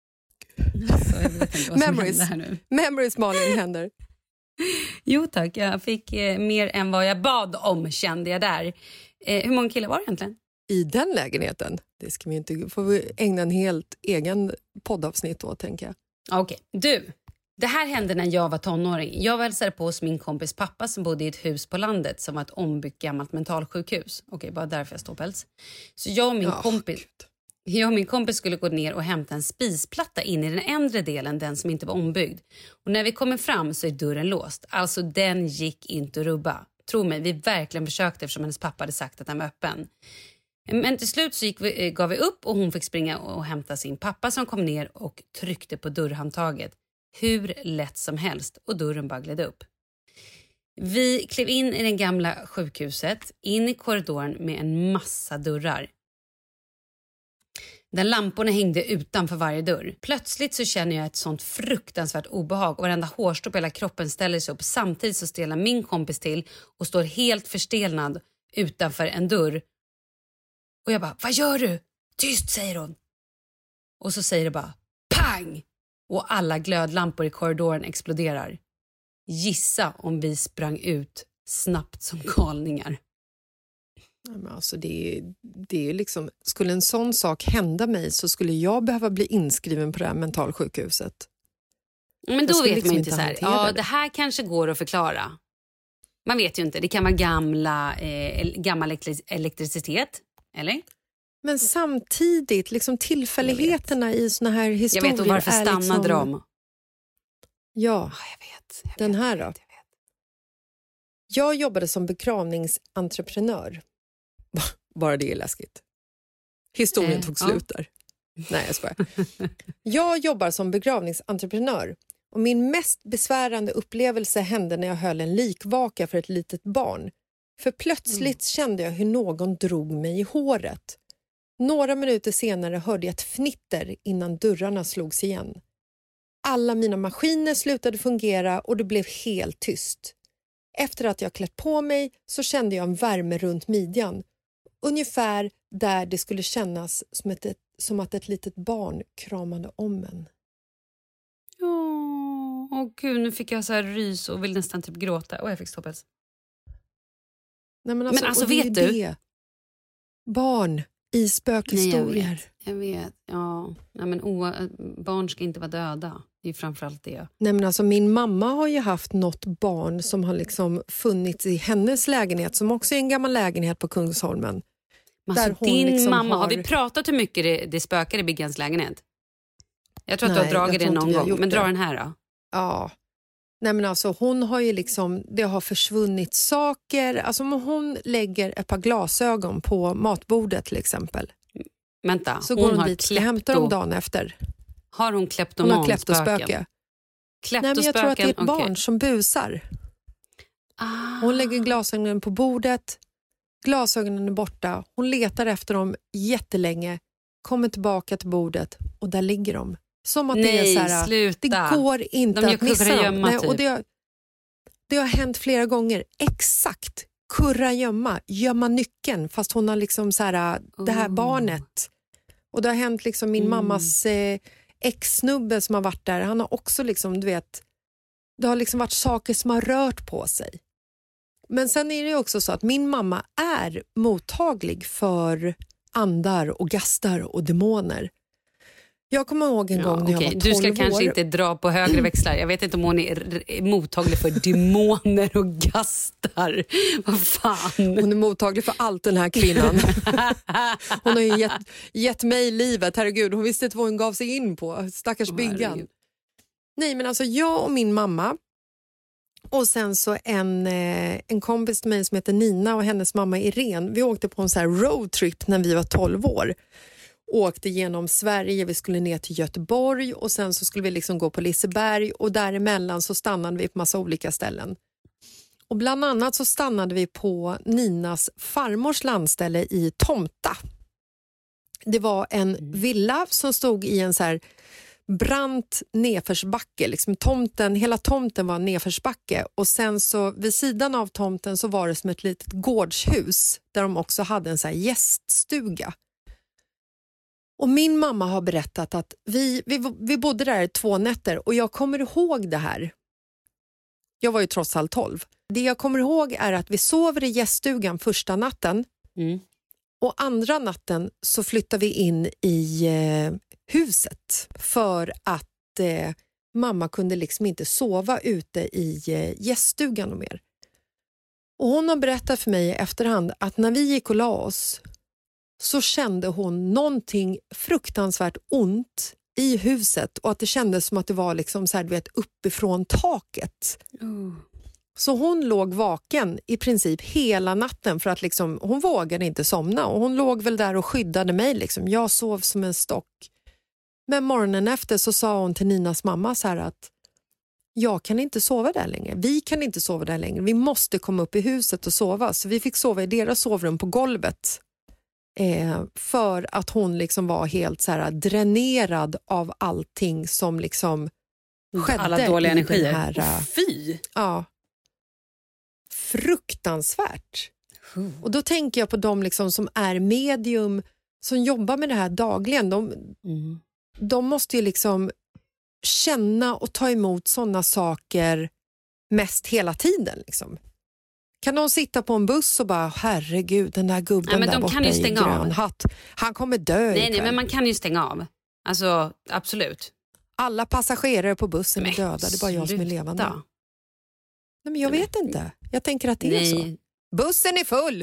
Memories, Malin, händer. Jo tack, jag fick mer än vad jag bad om, kände jag där. Hur många killar var det egentligen? I den lägenheten? Det ska vi inte, får vi ägna en helt egen poddavsnitt då, tänker jag. Okej, du. Det här hände när jag var tonåring. Jag hälsade på hos min kompis pappa som bodde i ett hus på landet som var ett ombyggt gammalt mentalsjukhus. Okej, bara därför jag står päls. Så jag och min kompis skulle gå ner och hämta en spisplatta in i den ändre delen, den som inte var ombyggd. Och när vi kommer fram så är dörren låst. Alltså den gick inte att rubba. Tro mig, vi verkligen försökte eftersom hennes pappa hade sagt att den var öppen. Men till slut så gav vi upp och hon fick springa och hämta sin pappa som kom ner och tryckte på dörrhandtaget. Hur lätt som helst och dörren bara gled upp. Vi klev in i det gamla sjukhuset, in i korridoren med en massa dörrar. Där lamporna hängde utanför varje dörr. Plötsligt så känner jag ett sånt fruktansvärt obehag och varenda hårstrå på hela kroppen ställer sig upp. Samtidigt så stelnar min kompis till och står helt förstelnad utanför en dörr. Och jag bara, vad gör du? Tyst, säger hon. Och så säger det bara, pang! Och alla glödlampor i korridoren exploderar. Gissa om vi sprang ut snabbt som galningar. Men alltså det är liksom, skulle en sån sak hända mig så skulle jag behöva bli inskriven på det här mentalsjukhuset. Men då vet man ju inte så här, ja det här kanske går att förklara. Man vet ju inte, det kan vara gammal elektricitet, eller? Men samtidigt, liksom tillfälligheterna i såna här historier. Jag vet, och varför stannade liksom... de? Ja, jag vet. Den här då. Jag jobbade som begravningsentreprenör. Bara det är läskigt. Historien tog slut där. Nej, jag skojar. Jag jobbar som begravningsentreprenör. Och min mest besvärande upplevelse hände när jag höll en likvaka för ett litet barn. För plötsligt kände jag hur någon drog mig i håret. Några minuter senare hörde jag ett fnitter innan dörrarna slogs igen. Alla mina maskiner slutade fungera och det blev helt tyst. Efter att jag klätt på mig så kände jag en värme runt midjan. Ungefär där det skulle kännas som att ett litet barn kramade om en. Åh gud, nu fick jag så här rys och vill nästan typ gråta. Och jag fick ståpäls. Nej, men alltså vet du? Det. Barn i spökhistorier. Nej, jag vet. Ja. Nej, men barn ska inte vara döda. Det är framförallt det. Nej, men alltså, min mamma har ju haft något barn som har liksom funnits i hennes lägenhet, som också är en gammal lägenhet på Kungsholmen. Alltså, där din liksom mamma, har vi pratat hur mycket det spökar i Biggans lägenhet? Jag tror att du har dragit det någon gång, men dra den här då. Ja. Nej, men alltså, hon har ju liksom, det har försvunnit saker. Alltså om hon lägger ett par glasögon på matbordet till exempel. Vänta, så går hon dit och hämtar dem dagen efter. Har hon kleptospöke? Hon har kleptospöke. Nej, men jag tror att det är ett barn som busar. Hon lägger glasögonen på bordet. Glasögonen är borta. Hon letar efter dem jättelänge. Kommer tillbaka till bordet och där ligger de. Som att det är så här, sluta. Det går inte att missa dem. Nej, och typ. det har hänt flera gånger. Exakt. Gömma nyckeln. Fast hon har liksom så här, det här barnet. Och det har hänt liksom min mammas ex-snubbe som har varit där. Han har också liksom, du vet, det har liksom varit saker som har rört på sig. Men sen är det också så att min mamma är mottaglig för andar och gastar och demoner. Jag kommer ihåg en gång när jag var 12 år. Du ska kanske inte dra på högre växlar. Jag vet inte om hon är mottaglig för demoner och gastar. Vad fan? Hon är mottaglig för allt, den här kvinnan. Hon har ju gett mig livet. Herregud, hon visste inte vad hon gav sig in på. Stackars Byggan. Nej, men alltså jag och min mamma och sen så en kompis till mig som heter Nina och hennes mamma Irene. Vi åkte på en så här roadtrip när vi var 12 år. Åkte genom Sverige, vi skulle ner till Göteborg och sen så skulle vi liksom gå på Liseberg och däremellan så stannade vi på massa olika ställen. Och bland annat så stannade vi på Ninas farmors landställe i Tomta. Det var en villa som stod i en så här brant nedförsbacke. Liksom hela tomten var en nedförsbacke och sen så vid sidan av tomten så var det som ett litet gårdshus där de också hade en så här gäststuga. Och min mamma har berättat att vi bodde där 2 nätter och jag kommer ihåg det här. Jag var ju trots allt 12. Det jag kommer ihåg är att vi sover i gäststugan första natten. Och andra natten så flyttar vi in i huset för att mamma kunde liksom inte sova ute i gäststugan och mer. Och hon har berättat för mig i efterhand att när vi gick och la oss så kände hon någonting fruktansvärt ont i huset och att det kändes som att det var liksom så här, du vet, uppifrån taket. Så hon låg vaken i princip hela natten för att liksom, hon vågade inte somna och hon låg väl där och skyddade mig liksom. Jag sov som en stock. Men morgonen efter så sa hon till Ninas mamma så här att jag kan inte sova där längre. Vi kan inte sova där längre. Vi måste komma upp i huset och sova. Så vi fick sova i deras sovrum på golvet. För att hon liksom var helt så här dränerad av allting som liksom skedde. Alla dåliga energier. Här, fy! Ja. Fruktansvärt. Och då tänker jag på de liksom som är medium som jobbar med det här dagligen. De måste ju liksom känna och ta emot sådana saker mest hela tiden liksom. Kan de sitta på en buss och bara, herregud, den där gubben där borta i grön hatt, han kommer dö ikväll. Nej, men man kan ju stänga av. Alltså, absolut. Alla passagerare på bussen är döda, det är bara jag som är levande. Nej, men jag vet inte. Jag tänker att det är så. Bussen är full.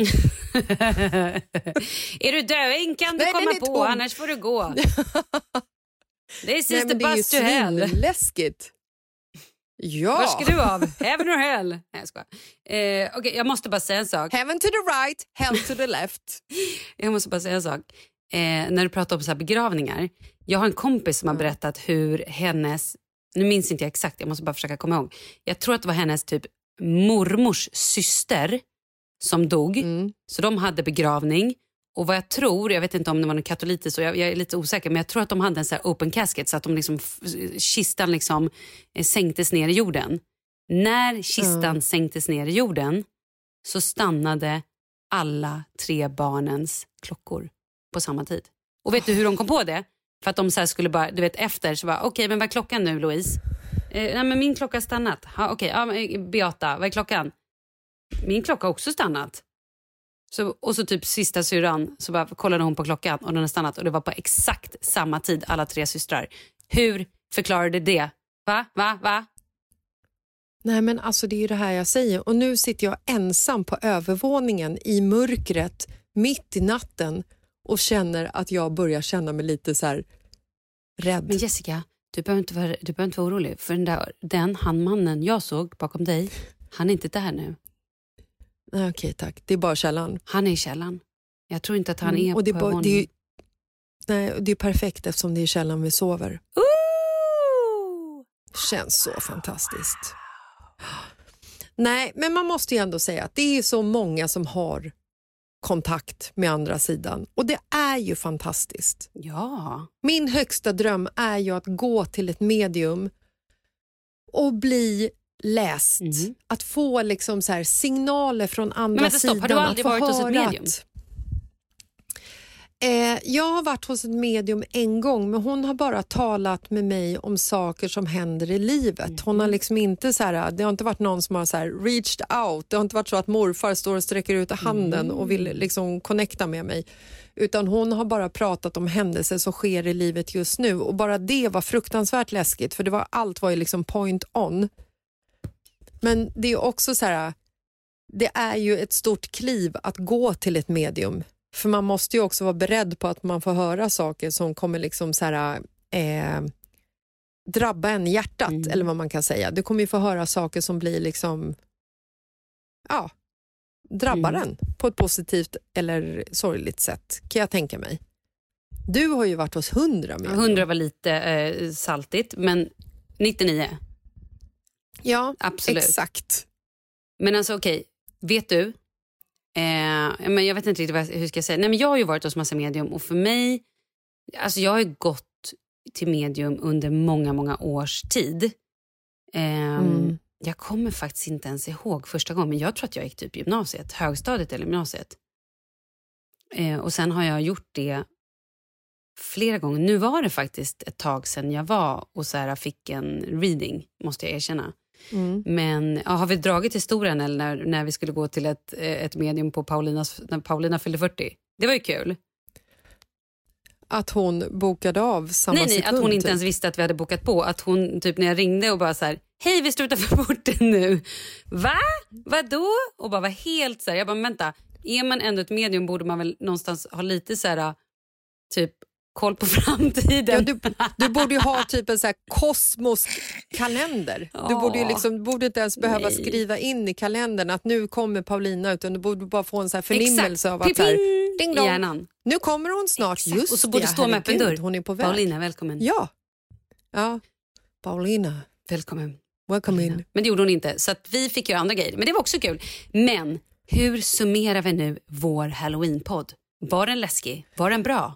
Är du döing kan du komma på, tom. Annars får du gå. This is the bus to hell. Det är ju läskigt. Ja. Var ska du av? Heaven or hell? Nej, jag skojar. Okej, jag måste bara säga en sak. Heaven to the right, hell to the left. Jag måste bara säga en sak. När du pratar om så här begravningar. Jag har en kompis som har berättat hur hennes... Nu minns inte jag exakt, jag måste bara försöka komma ihåg. Jag tror att det var hennes typ mormors syster som dog. Så de hade begravning. Och vad jag tror, jag vet inte om det var någon katolitiskt, så jag är lite osäker, men jag tror att de hade en så här open casket så att de liksom, kistan liksom sänktes ner i jorden. När kistan sänktes ner i jorden så stannade alla 3 barnens klockor på samma tid. Och vet du hur de kom på det? För att de så här skulle bara, du vet, efter så var okej, men vad är klockan nu, Louise? Nej, men min klocka har stannat. Okej, Beata, vad är klockan? Min klocka har också stannat. Och så typ sista syrran så bara kollade hon på klockan och den har stannat och det var på exakt samma tid alla 3 systrar. Hur förklarade det? Va? Nej, men alltså det är ju det här jag säger. Och nu sitter jag ensam på övervåningen i mörkret mitt i natten och känner att jag börjar känna mig lite så här rädd. Men Jessica, du behöver inte vara orolig, för han mannen jag såg bakom dig, han är inte där nu. Nej, okej, tack. Det är bara källan. Han är i källan. Jag tror inte att han är och det på bara, honom. Det är perfekt eftersom det är källan vi sover. Känns så fantastiskt. Nej, men man måste ju ändå säga att det är så många som har kontakt med andra sidan. Och det är ju fantastiskt. Ja. Min högsta dröm är ju att gå till ett medium och bli läst. Att få liksom så här signaler från andra sidan. Har du aldrig varit hos ett medium? Jag har varit hos ett medium en gång, men hon har bara talat med mig om saker som händer i livet. Hon har liksom inte så här, det har inte varit någon som har så här reached out. Det har inte varit så att morfar står och sträcker ut handen och vill liksom connecta med mig. Utan hon har bara pratat om händelser som sker i livet just nu. Och bara det var fruktansvärt läskigt, för allt var ju liksom point on. Men det är också så här, det är ju ett stort kliv att gå till ett medium. För man måste ju också vara beredd på att man får höra saker som kommer liksom så här, drabba en i hjärtat, eller vad man kan säga. Du kommer ju få höra saker som blir liksom, ja, drabbar en på ett positivt eller sorgligt sätt, kan jag tänka mig. Du har ju varit hos 100 medium. 100 var lite saltigt, men 99. Ja, absolut. Exakt. Men alltså okej, vet du? Men jag vet inte riktigt hur ska jag säga. Nej, men jag har ju varit hos massa medium och för mig, alltså jag har ju gått till medium under många, många års tid. Jag kommer faktiskt inte ens ihåg första gången, men jag tror att jag gick typ gymnasiet, högstadiet eller gymnasiet. Och sen har jag gjort det flera gånger. Nu var det faktiskt ett tag sedan jag var och så här fick en reading, måste jag erkänna. Men har vi dragit historien eller när vi skulle gå till ett medium på när Paulina fyllde 40? Det var ju kul. Att hon bokade av samma sekund? Nej, att hon inte ens visste att vi hade bokat på. Att hon typ när jag ringde och bara så här: hej, vi står utanför porten nu. Va? Vadå? Och bara var helt så här, jag bara, vänta, är man ändå ett medium borde man väl någonstans ha lite så här typ koll på framtiden. Ja, du borde ju ha typ en så här kosmoskalender. Du borde ju liksom, borde inte ens behöva skriva in i kalendern att nu kommer Paulina, utan du borde bara få en så här förnimmelse av att så här, ding dong, hjärnan. Nu kommer hon snart. Exakt. Just och så borde stå med öppen dörr. Hon är på väg. Paulina, välkommen. Ja. Paulina. Välkommen. Welcome in. Men det gjorde hon inte, så att vi fick göra andra grejer. Men det var också kul. Men hur summerar vi nu vår Halloween-podd? Var den läskig? Var den bra?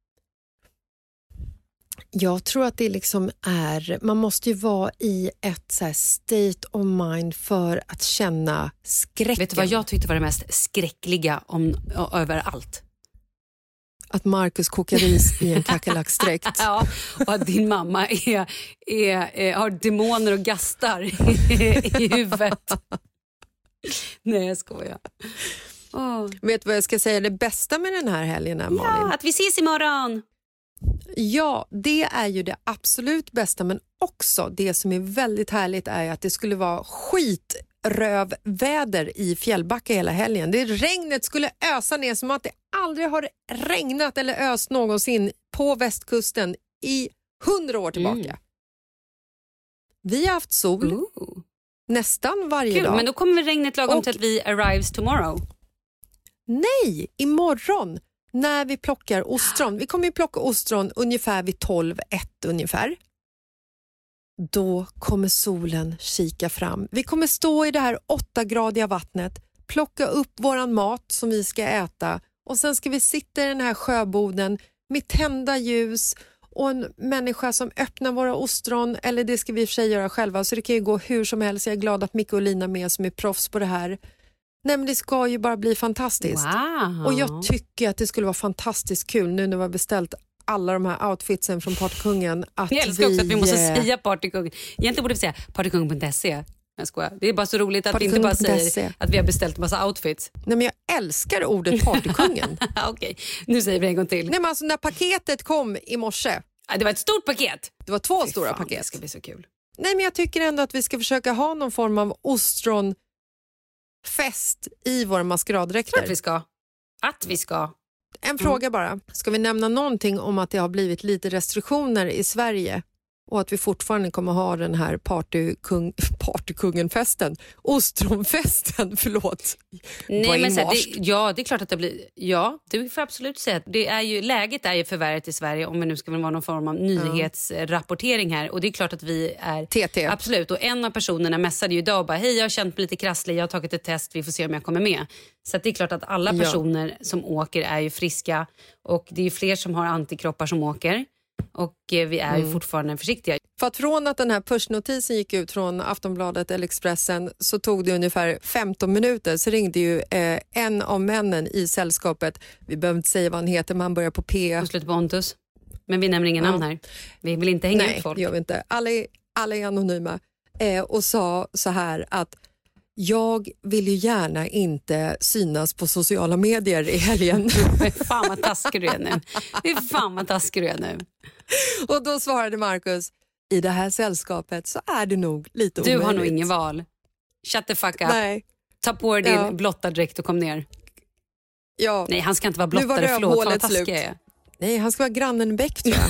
Jag tror att det liksom är, man måste ju vara i ett så här state of mind för att känna skräcken. Vet du vad jag tyckte var det mest skräckliga överallt? Att Marcus kokar ris i en kackerlacksträkt. Ja, och att din mamma har demoner och gastar i huvudet. Nej, jag skojar. Vet du vad jag ska säga? Det bästa med den här helgen är, Malin? Ja, att vi ses imorgon. Ja, det är ju det absolut bästa, men också det som är väldigt härligt är att det skulle vara rövväder i Fjällbacka hela helgen. Det regnet skulle ösa ner som att det aldrig har regnat eller öst någonsin på västkusten i 100 år tillbaka. Vi har haft sol nästan varje dag. Men då kommer regnet lagom till att vi arrives tomorrow. Nej, imorgon när vi plockar ostron. Vi kommer ju plocka ostron ungefär vid 12-1 ungefär. Då kommer solen kika fram. Vi kommer stå i det här 8-gradiga vattnet, plocka upp våran mat som vi ska äta och sen ska vi sitta i den här sjöboden med tända ljus och en människa som öppnar våra ostron, eller det ska vi i och för sig göra själva så det kan ju gå hur som helst. Jag är glad att Micke och Lina är med som är proffs på det här. Nej, men det ska ju bara bli fantastiskt. Wow. Och jag tycker att det skulle vara fantastiskt kul nu när vi har beställt alla de här outfitsen från Partykungen. Jag älskar också att vi måste säga Partykungen. Egentligen borde vi säga partykungen.se. Jag skojar. Det är bara så roligt att vi inte bara säger att vi har beställt en massa outfits. Nej, men jag älskar ordet Partykungen. Okej, nu säger vi en gång till. Nej, men alltså när paketet kom i morse. Det var ett stort paket. Det var 2 stora paket. Det ska bli så kul. Nej, men jag tycker ändå att vi ska försöka ha någon form av ostronfest i våra maskeradräkter. Att vi ska. En fråga bara. Ska vi nämna någonting om att det har blivit lite restriktioner i Sverige och att vi fortfarande kommer ha den här partykungenfesten, ostronfesten, förlåt. Nej, men så det är klart att det blir, det får absolut säga. Läget är ju förvärrat i Sverige om det nu ska vara någon form av nyhetsrapportering här, och det är klart att vi är TT. Absolut, och en av personerna messade ju idag och bara, hej, jag har känt mig lite krasslig, jag har tagit ett test, vi får se om jag kommer med. Så att det är klart att alla personer som åker är ju friska, och det är ju fler som har antikroppar som åker. Och vi är ju fortfarande försiktiga. För att från att den här push-notisen gick ut från Aftonbladet eller Expressen så tog det ungefär 15 minuter. Så ringde ju en av männen i sällskapet. Vi behöver inte säga vad han heter, men han börjar på P. Och slut på Pontus. Men vi nämner ingen namn här. Vi vill inte hänga ut folk. Nej, gör vi inte. Alla är anonyma. Och sa så här att jag vill ju gärna inte synas på sociala medier i helgen. Fan vad taskig du är nu. Och då svarade Marcus, i det här sällskapet så är det nog lite omöjligt. Du har nog ingen val. Shut the fuck up. Nej. Ta på dig din blotta dräkt och kom ner. Ja. Nej, han ska inte vara blottare, förlåt. Vad taskig jag är. Nej, han ska vara grannen Bäck, tror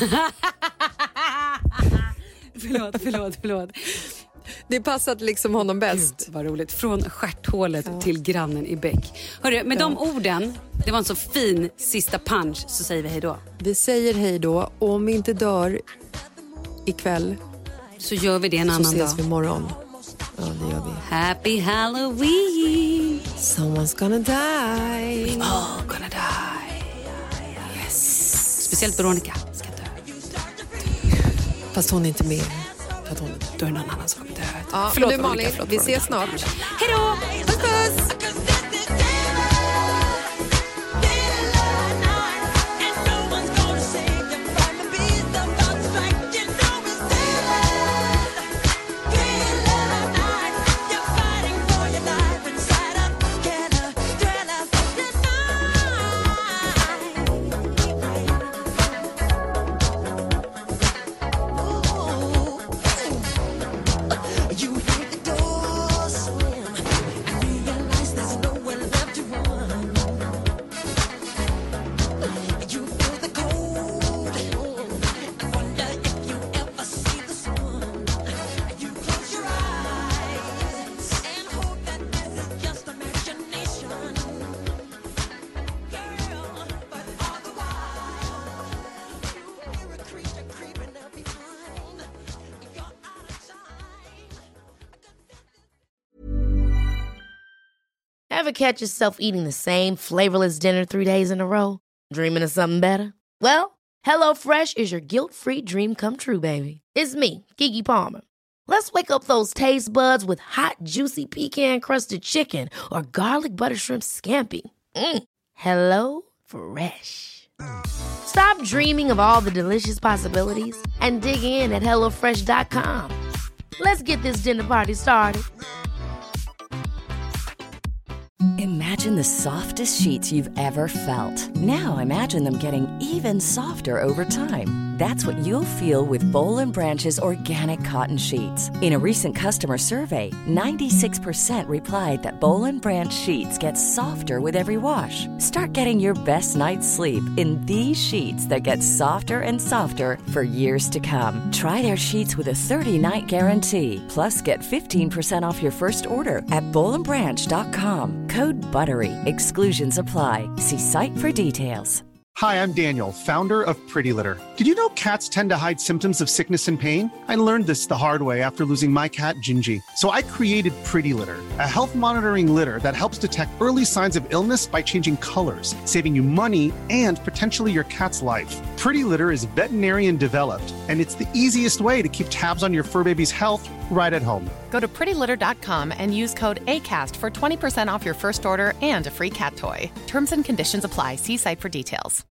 jag. Förlåt. Det passade liksom honom bäst. Gud, vad roligt. Från stjärthålet till grannen i Bäck. Hörru, med de orden, det var en så fin sista punch, så säger vi hej då. Vi säger hej då. Och om vi inte dör ikväll så gör vi det en annan dag. Så ses vi imorgon. Ja, det gör vi. Happy Halloween. Someone's gonna die. We all gonna die. Yes. Speciellt Veronica ska dö. Fast hon är inte med. Då är det någon annan som kommer dö. Ja, förlåt, nu Malin, vi ses snart. Hej då! Puss! Ever catch yourself eating the same flavorless dinner 3 days in a row? Dreaming of something better? Well, HelloFresh is your guilt-free dream come true, baby. It's me, Keke Palmer. Let's wake up those taste buds with hot, juicy pecan-crusted chicken or garlic butter shrimp scampi. Hello Fresh. Stop dreaming of all the delicious possibilities and dig in at HelloFresh.com. Let's get this dinner party started. Imagine the softest sheets you've ever felt. Now imagine them getting even softer over time. That's what you'll feel with Boll & Branch's organic cotton sheets. In a recent customer survey, 96% replied that Boll & Branch sheets get softer with every wash. Start getting your best night's sleep in these sheets that get softer and softer for years to come. Try their sheets with a 30-night guarantee. Plus, get 15% off your first order at bollandbranch.com. Code BUTTERY. Exclusions apply. See site for details. Hi, I'm Daniel, founder of Pretty Litter. Did you know cats tend to hide symptoms of sickness and pain? I learned this the hard way after losing my cat, Gingy. So I created Pretty Litter, a health monitoring litter that helps detect early signs of illness by changing colors, saving you money and potentially your cat's life. Pretty Litter is veterinarian developed, and it's the easiest way to keep tabs on your fur baby's health right at home. Go to prettylitter.com and use code ACAST for 20% off your first order and a free cat toy. Terms and conditions apply. See site for details.